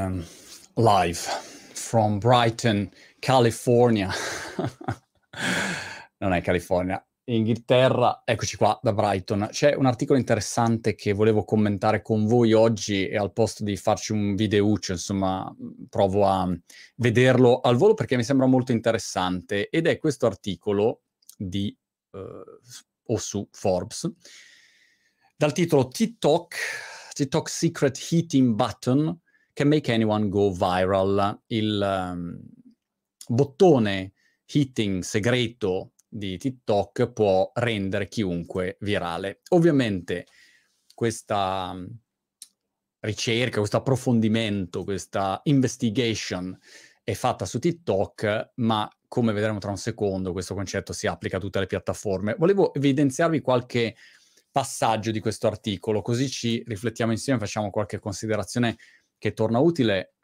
Live from Brighton, California. Non è California, Inghilterra. Eccoci qua da Brighton. C'è un articolo interessante che volevo commentare con voi oggi e al posto di farci un videuccio, insomma, provo a vederlo al volo perché mi sembra molto interessante, ed è questo articolo di o su Forbes dal titolo TikTok Secret Heating Button Can Make Anyone Go Viral. Il bottone heating segreto di TikTok può rendere chiunque virale. Ovviamente questa ricerca, questo approfondimento, questa investigation è fatta su TikTok, ma come vedremo tra un secondo questo concetto si applica a tutte le piattaforme. Volevo evidenziarvi qualche passaggio di questo articolo, così ci riflettiamo insieme, facciamo qualche considerazione che torna utile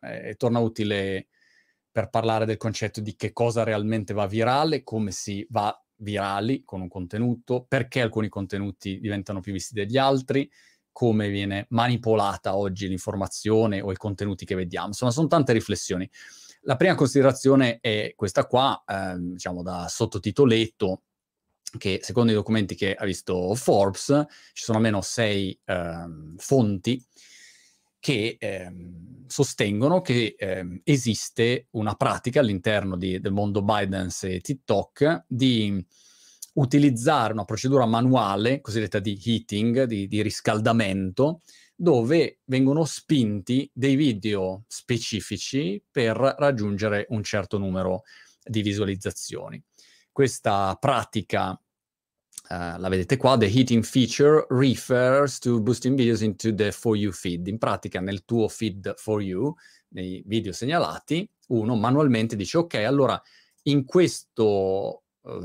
per parlare del concetto di che cosa realmente va virale, come si va virali con un contenuto, perché alcuni contenuti diventano più visti degli altri, come viene manipolata oggi l'informazione o i contenuti che vediamo. Insomma, sono tante riflessioni. La prima considerazione è questa qua, diciamo da sottotitoletto, che secondo i documenti che ha visto Forbes ci sono almeno 6 fonti che sostengono che esiste una pratica all'interno del mondo ByteDance e TikTok di utilizzare una procedura manuale, cosiddetta di heating, di riscaldamento, dove vengono spinti dei video specifici per raggiungere un certo numero di visualizzazioni. Questa pratica, la vedete qua, the heating feature refers to boosting videos into the For You feed. In pratica nel tuo feed For You, nei video segnalati, uno manualmente dice ok, allora in questo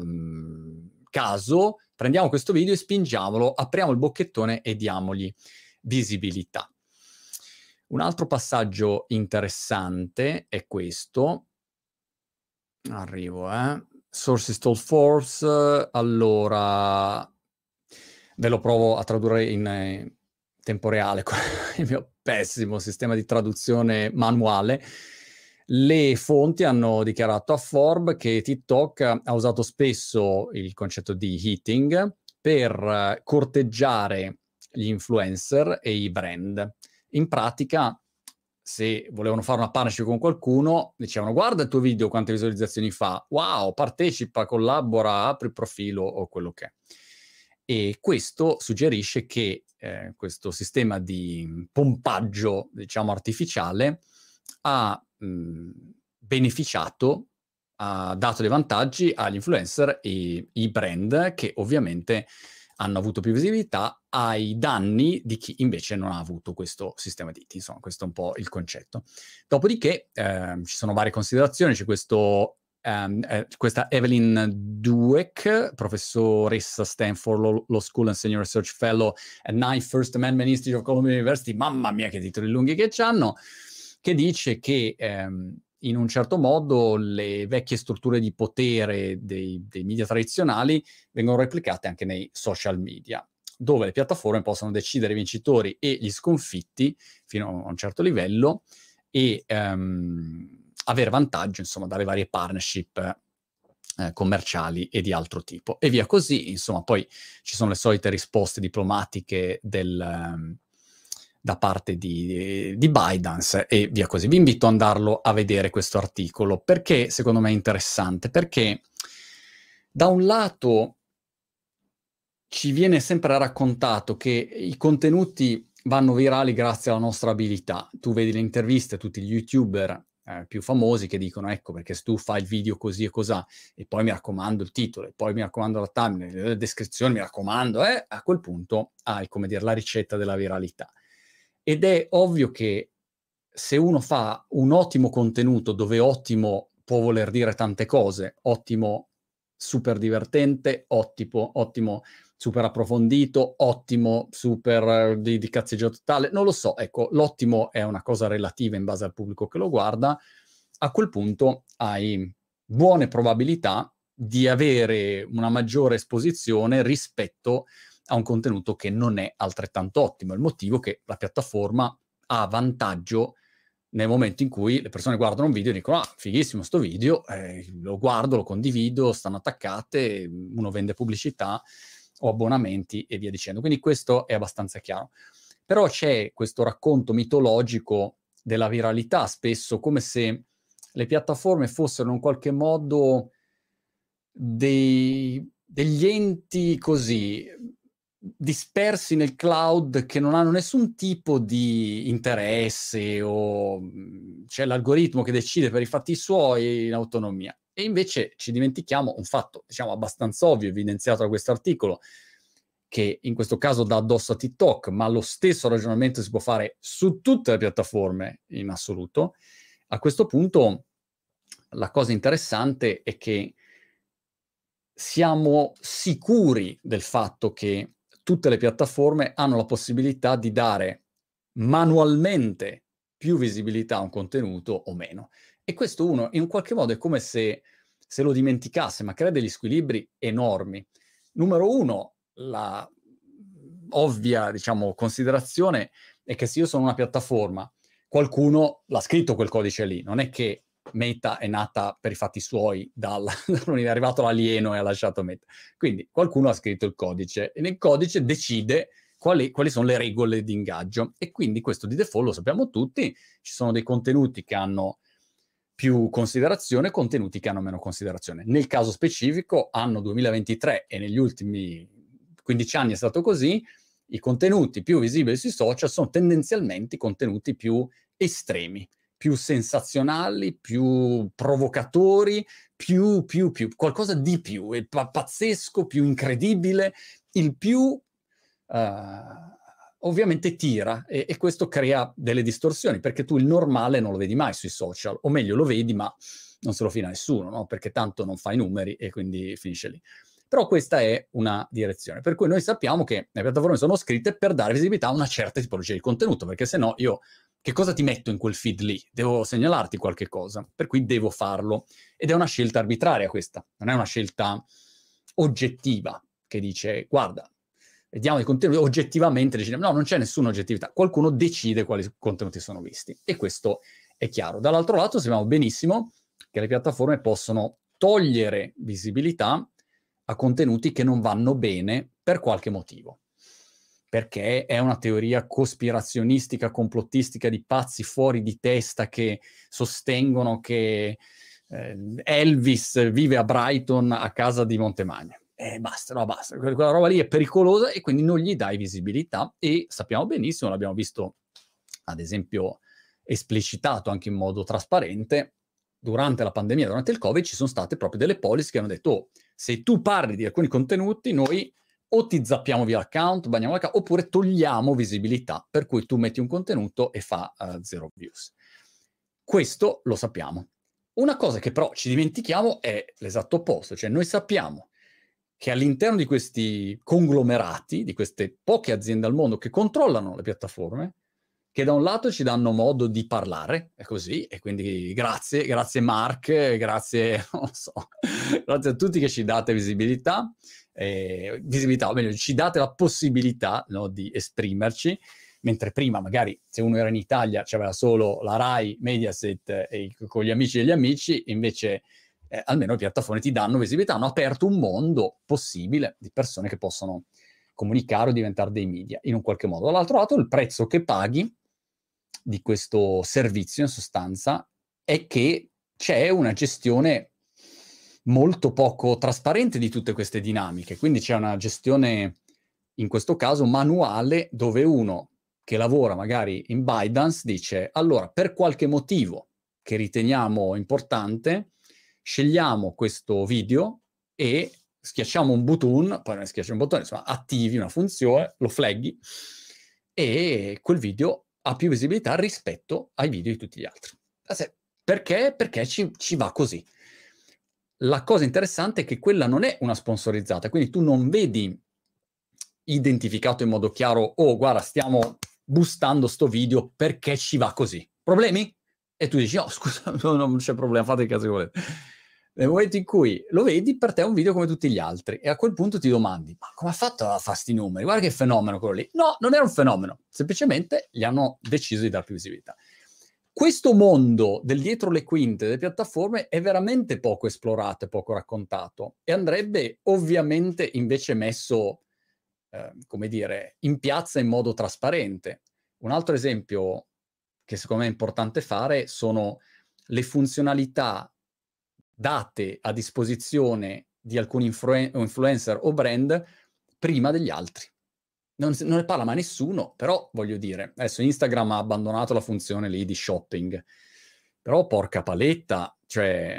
caso prendiamo questo video e spingiamolo, apriamo il bocchettone e diamogli visibilità. Un altro passaggio interessante è questo. Arrivo, Sources told Forbes. Allora, ve lo provo a tradurre in tempo reale con il mio pessimo sistema di traduzione manuale. Le fonti hanno dichiarato a Forbes che TikTok ha usato spesso il concetto di heating per corteggiare gli influencer e i brand. In pratica, se volevano fare una partnership con qualcuno, dicevano guarda il tuo video quante visualizzazioni fa, wow, partecipa, collabora, apri il profilo o quello che è. E questo suggerisce che questo sistema di pompaggio, diciamo, artificiale ha beneficiato, ha dato dei vantaggi agli influencer e i brand che ovviamente hanno avuto più visibilità ai danni di chi invece non ha avuto questo sistema di heating. Insomma, questo è un po' il concetto. Dopodiché ci sono varie considerazioni, c'è questa Evelyn Douek, professoressa Stanford Law School and Senior Research Fellow at Ninth First Amendment Institute of Columbia University, mamma mia che titoli lunghi che c'hanno, che dice che in un certo modo le vecchie strutture di potere dei media tradizionali vengono replicate anche nei social media, dove le piattaforme possono decidere i vincitori e gli sconfitti fino a un certo livello e avere vantaggio, insomma, dalle varie partnership commerciali e di altro tipo. E via così, insomma, poi ci sono le solite risposte diplomatiche da parte di ByteDance e via così. Vi invito ad andarlo a vedere questo articolo, perché secondo me è interessante, perché da un lato ci viene sempre raccontato che i contenuti vanno virali grazie alla nostra abilità. Tu vedi le interviste a tutti gli YouTuber più famosi che dicono ecco perché se tu fai il video così e cosà e poi mi raccomando il titolo e poi mi raccomando la thumbnail, la descrizione, mi raccomando, a quel punto hai, come dire, la ricetta della viralità. Ed è ovvio che se uno fa un ottimo contenuto, dove ottimo può voler dire tante cose, ottimo super divertente, ottimo super approfondito, ottimo super di cazzeggio totale, non lo so, ecco, l'ottimo è una cosa relativa in base al pubblico che lo guarda, a quel punto hai buone probabilità di avere una maggiore esposizione rispetto a un contenuto che non è altrettanto ottimo. Il motivo è che la piattaforma ha vantaggio nel momento in cui le persone guardano un video e dicono ah, fighissimo sto video, lo guardo, lo condivido, stanno attaccate, uno vende pubblicità o abbonamenti e via dicendo. Quindi questo è abbastanza chiaro. Però c'è questo racconto mitologico della viralità, spesso come se le piattaforme fossero in qualche modo degli enti così dispersi nel cloud che non hanno nessun tipo di interesse o c'è l'algoritmo che decide per i fatti suoi in autonomia. E invece ci dimentichiamo un fatto, diciamo, abbastanza ovvio, evidenziato da questo articolo, che in questo caso dà addosso a TikTok, ma lo stesso ragionamento si può fare su tutte le piattaforme in assoluto. A questo punto la cosa interessante è che siamo sicuri del fatto che tutte le piattaforme hanno la possibilità di dare manualmente più visibilità a un contenuto o meno. E questo uno, in qualche modo, è come se lo dimenticasse, ma crea degli squilibri enormi. Numero uno, la ovvia, diciamo, considerazione è che se io sono una piattaforma, qualcuno l'ha scritto quel codice lì, non è che Meta è nata per i fatti suoi, è arrivato l'alieno e ha lasciato Meta. Quindi qualcuno ha scritto il codice e nel codice decide quali sono le regole di ingaggio. E quindi questo di default lo sappiamo tutti, ci sono dei contenuti che hanno più considerazione, contenuti che hanno meno considerazione. Nel caso specifico, anno 2023 e negli ultimi 15 anni è stato così, i contenuti più visibili sui social sono tendenzialmente i contenuti più estremi, più sensazionali, più provocatori, più, qualcosa di più, è pazzesco, più incredibile, il più ovviamente tira e questo crea delle distorsioni, perché tu il normale non lo vedi mai sui social, o meglio lo vedi ma non se lo fila nessuno, no? Perché tanto non fa i numeri e quindi finisce lì. Però questa è una direzione, per cui noi sappiamo che le piattaforme sono scritte per dare visibilità a una certa tipologia di contenuto, perché se no io che cosa ti metto in quel feed lì? Devo segnalarti qualche cosa, per cui devo farlo. Ed è una scelta arbitraria questa, non è una scelta oggettiva che dice guarda, vediamo i contenuti, oggettivamente decidiamo. No, non c'è nessuna oggettività, qualcuno decide quali contenuti sono visti e questo è chiaro. Dall'altro lato sappiamo benissimo che le piattaforme possono togliere visibilità a contenuti che non vanno bene per qualche motivo. Perché è una teoria cospirazionistica, complottistica di pazzi fuori di testa che sostengono che Elvis vive a Brighton a casa di Montemagno. Basta, no, basta. Quella roba lì è pericolosa e quindi non gli dai visibilità e sappiamo benissimo, l'abbiamo visto ad esempio esplicitato anche in modo trasparente, durante la pandemia, durante il Covid, ci sono state proprio delle policy che hanno detto oh, se tu parli di alcuni contenuti, noi o ti zappiamo via l'account, banniamo l'account, oppure togliamo visibilità, per cui tu metti un contenuto e fa 0 views. Questo lo sappiamo. Una cosa che però ci dimentichiamo è l'esatto opposto, cioè noi sappiamo che all'interno di questi conglomerati, di queste poche aziende al mondo che controllano le piattaforme, che da un lato ci danno modo di parlare, è così, e quindi grazie Mark, grazie, non so, grazie a tutti che ci date visibilità, o meglio, ci date la possibilità, no, di esprimerci, mentre prima magari se uno era in Italia c'aveva solo la Rai, Mediaset e con gli amici degli amici, invece almeno le piattaforme ti danno visibilità, hanno aperto un mondo possibile di persone che possono comunicare o diventare dei media in un qualche modo. Dall'altro lato il prezzo che paghi di questo servizio in sostanza è che c'è una gestione molto poco trasparente di tutte queste dinamiche, quindi c'è una gestione in questo caso manuale dove uno che lavora magari in ByteDance dice allora per qualche motivo che riteniamo importante scegliamo questo video e schiacciamo un button, poi non schiacciamo un bottone, insomma attivi una funzione, lo flaggi e quel video ha più visibilità rispetto ai video di tutti gli altri. Perché? Perché ci va così. La cosa interessante è che quella non è una sponsorizzata, quindi tu non vedi identificato in modo chiaro, oh guarda stiamo boostando sto video perché ci va così. Problemi? E tu dici, oh scusa, non c'è problema, fate il caso che volete. Nel momento in cui lo vedi, per te è un video come tutti gli altri e a quel punto ti domandi, ma come ha fatto a fare sti numeri? Guarda che fenomeno quello lì. No, non era un fenomeno, semplicemente gli hanno deciso di dar più visibilità. Questo mondo del dietro le quinte delle piattaforme è veramente poco esplorato e poco raccontato e andrebbe ovviamente invece messo, come dire, in piazza in modo trasparente. Un altro esempio che secondo me è importante fare sono le funzionalità date a disposizione di alcuni influencer o brand prima degli altri. Non ne parla mai nessuno, però voglio dire, adesso Instagram ha abbandonato la funzione lì di shopping, però porca paletta, cioè,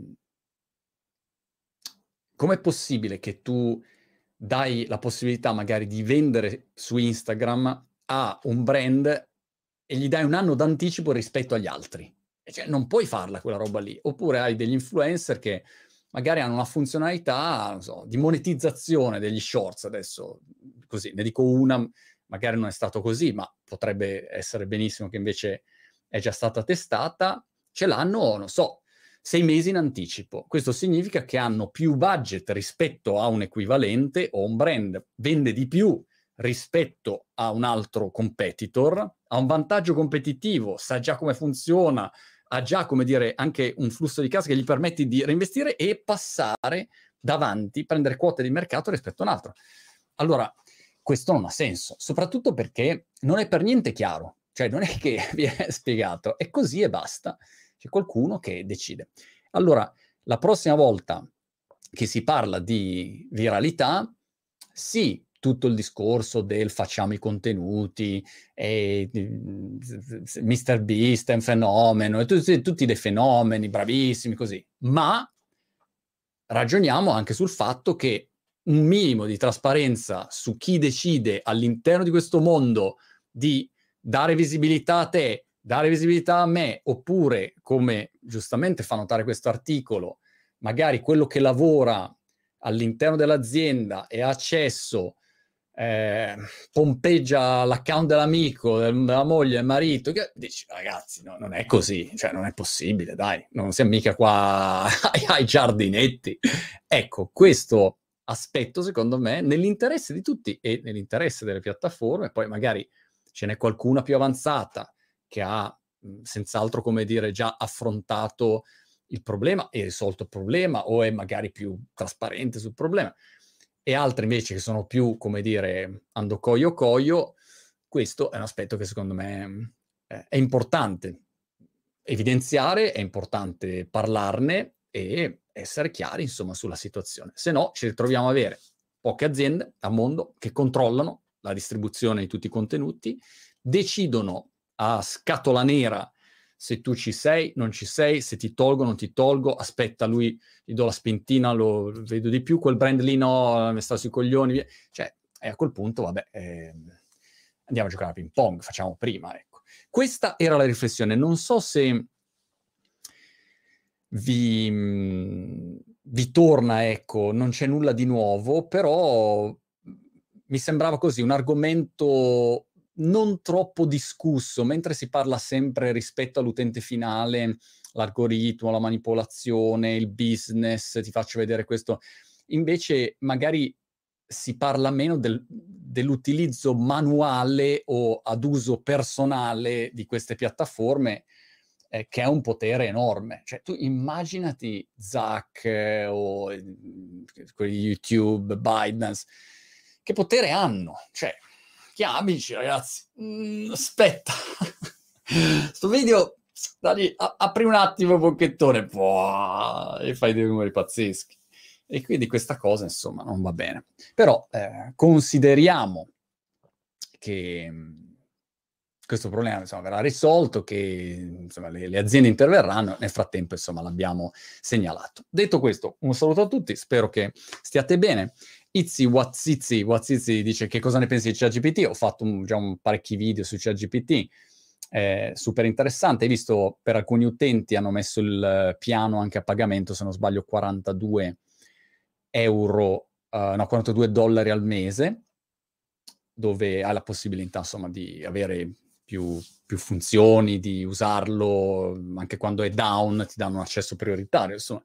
com'è possibile che tu dai la possibilità magari di vendere su Instagram a un brand e gli dai 1 anno d'anticipo rispetto agli altri? E cioè non puoi farla quella roba lì. Oppure hai degli influencer che magari hanno una funzionalità, non so, di monetizzazione degli shorts adesso, così, ne dico una, magari non è stato così, ma potrebbe essere benissimo che invece è già stata testata, ce l'hanno, non so, 6 mesi in anticipo. Questo significa che hanno più budget rispetto a un equivalente o un brand vende di più rispetto a un altro competitor, ha un vantaggio competitivo, sa già come funziona, ha già, come dire, anche un flusso di cassa che gli permette di reinvestire e passare davanti, prendere quote di mercato rispetto a un altro. Allora, questo non ha senso, soprattutto perché non è per niente chiaro, cioè non è che viene spiegato, è così e basta. C'è qualcuno che decide. Allora, la prossima volta che si parla di viralità, sì, tutto il discorso del facciamo i contenuti, Mr. Beast è un fenomeno, e tutti dei fenomeni, bravissimi, così. Ma ragioniamo anche sul fatto che un minimo di trasparenza su chi decide all'interno di questo mondo di dare visibilità a te, dare visibilità a me, oppure, come giustamente fa notare questo articolo, magari quello che lavora all'interno dell'azienda e ha accesso, pompeggia l'account dell'amico, della moglie, del marito, che dici, ragazzi, no, non è così, cioè non è possibile, dai, non siamo mica qua ai giardinetti. Ecco, questo aspetto, secondo me, nell'interesse di tutti e nell'interesse delle piattaforme, poi magari ce n'è qualcuna più avanzata che ha senz'altro, come dire, già affrontato il problema e risolto il problema, o è magari più trasparente sul problema, e altre invece che sono più, come dire, ando coio coio. Questo è un aspetto che secondo me è importante evidenziare, è importante parlarne e essere chiari, insomma, sulla situazione. Se no, ci ritroviamo a avere poche aziende al mondo che controllano la distribuzione di tutti i contenuti, decidono a scatola nera se tu ci sei, non ci sei, se ti tolgo, non ti tolgo, aspetta, lui gli do la spintina, lo vedo di più, quel brand lì no, mi sta sui coglioni, cioè, e a quel punto, vabbè, andiamo a giocare a ping pong, facciamo prima, ecco. Questa era la riflessione, non so se vi torna, ecco, non c'è nulla di nuovo, però mi sembrava così, un argomento non troppo discusso, mentre si parla sempre rispetto all'utente finale, l'algoritmo, la manipolazione, il business, ti faccio vedere questo. Invece magari si parla meno dell'utilizzo manuale o ad uso personale di queste piattaforme, che è un potere enorme. Cioè tu immaginati Zuck o quelli di YouTube, ByteDance, che potere hanno? Cioè, chiami, dici, ragazzi, aspetta, sto video, dagli, apri un attimo il bocchettone, e fai dei numeri pazzeschi. E quindi questa cosa, insomma, non va bene. Però consideriamo che questo problema, insomma, verrà risolto, che insomma, le aziende interverranno, nel frattempo, insomma, l'abbiamo segnalato. Detto questo, un saluto a tutti, spero che stiate bene. Izzy Wazzizi dice: che cosa ne pensi di ChatGPT? Ho fatto già parecchi video su ChatGPT, super interessante. Hai visto, per alcuni utenti hanno messo il piano anche a pagamento, se non sbaglio 42 euro, no, 42 dollari al mese, dove hai la possibilità, insomma, di avere più funzioni, di usarlo anche quando è down, ti danno un accesso prioritario, insomma.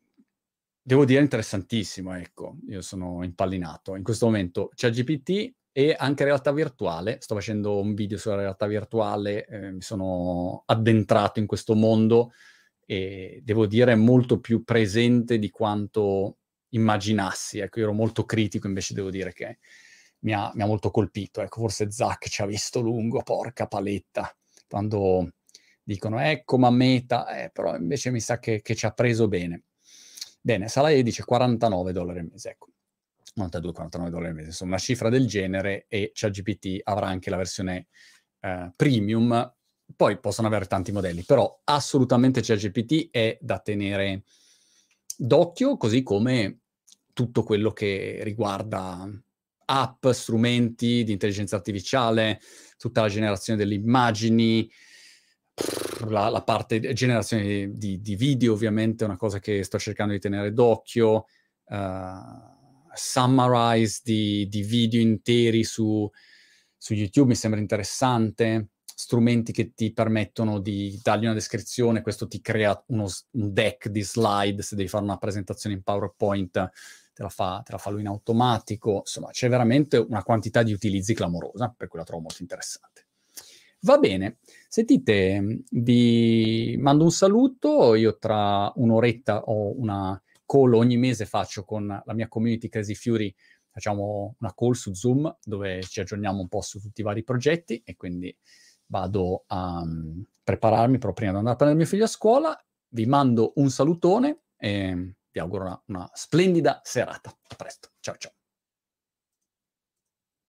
Devo dire interessantissimo, ecco, io sono impallinato. In questo momento ChatGPT e anche realtà virtuale. Sto facendo un video sulla realtà virtuale, mi sono addentrato in questo mondo e devo dire molto più presente di quanto immaginassi. Ecco, io ero molto critico, invece devo dire che mi ha molto colpito. Ecco, forse Zach ci ha visto lungo, porca paletta, quando dicono ecco ma Meta, però invece mi sa che ci ha preso bene. Bene, Salai dice $49 al mese, ecco. 92-49 al mese, insomma una cifra del genere, e ChatGPT avrà anche la versione premium. Poi possono avere tanti modelli, però assolutamente ChatGPT è da tenere d'occhio, così come tutto quello che riguarda app, strumenti di intelligenza artificiale, tutta la generazione delle immagini, la parte generazione di video ovviamente è una cosa che sto cercando di tenere d'occhio, summarize di video interi su YouTube mi sembra interessante, strumenti che ti permettono di dargli una descrizione, questo ti crea un deck di slide, se devi fare una presentazione in PowerPoint te la fa lui in automatico, insomma c'è veramente una quantità di utilizzi clamorosa, per cui la trovo molto interessante. Va bene, sentite, vi mando un saluto, io tra un'oretta ho una call, ogni mese faccio con la mia community Crazy Fury, facciamo una call su Zoom dove ci aggiorniamo un po' su tutti i vari progetti, e quindi vado a prepararmi proprio prima di andare a prendere mio figlio a scuola. Vi mando un salutone e vi auguro una splendida serata. A presto, ciao ciao.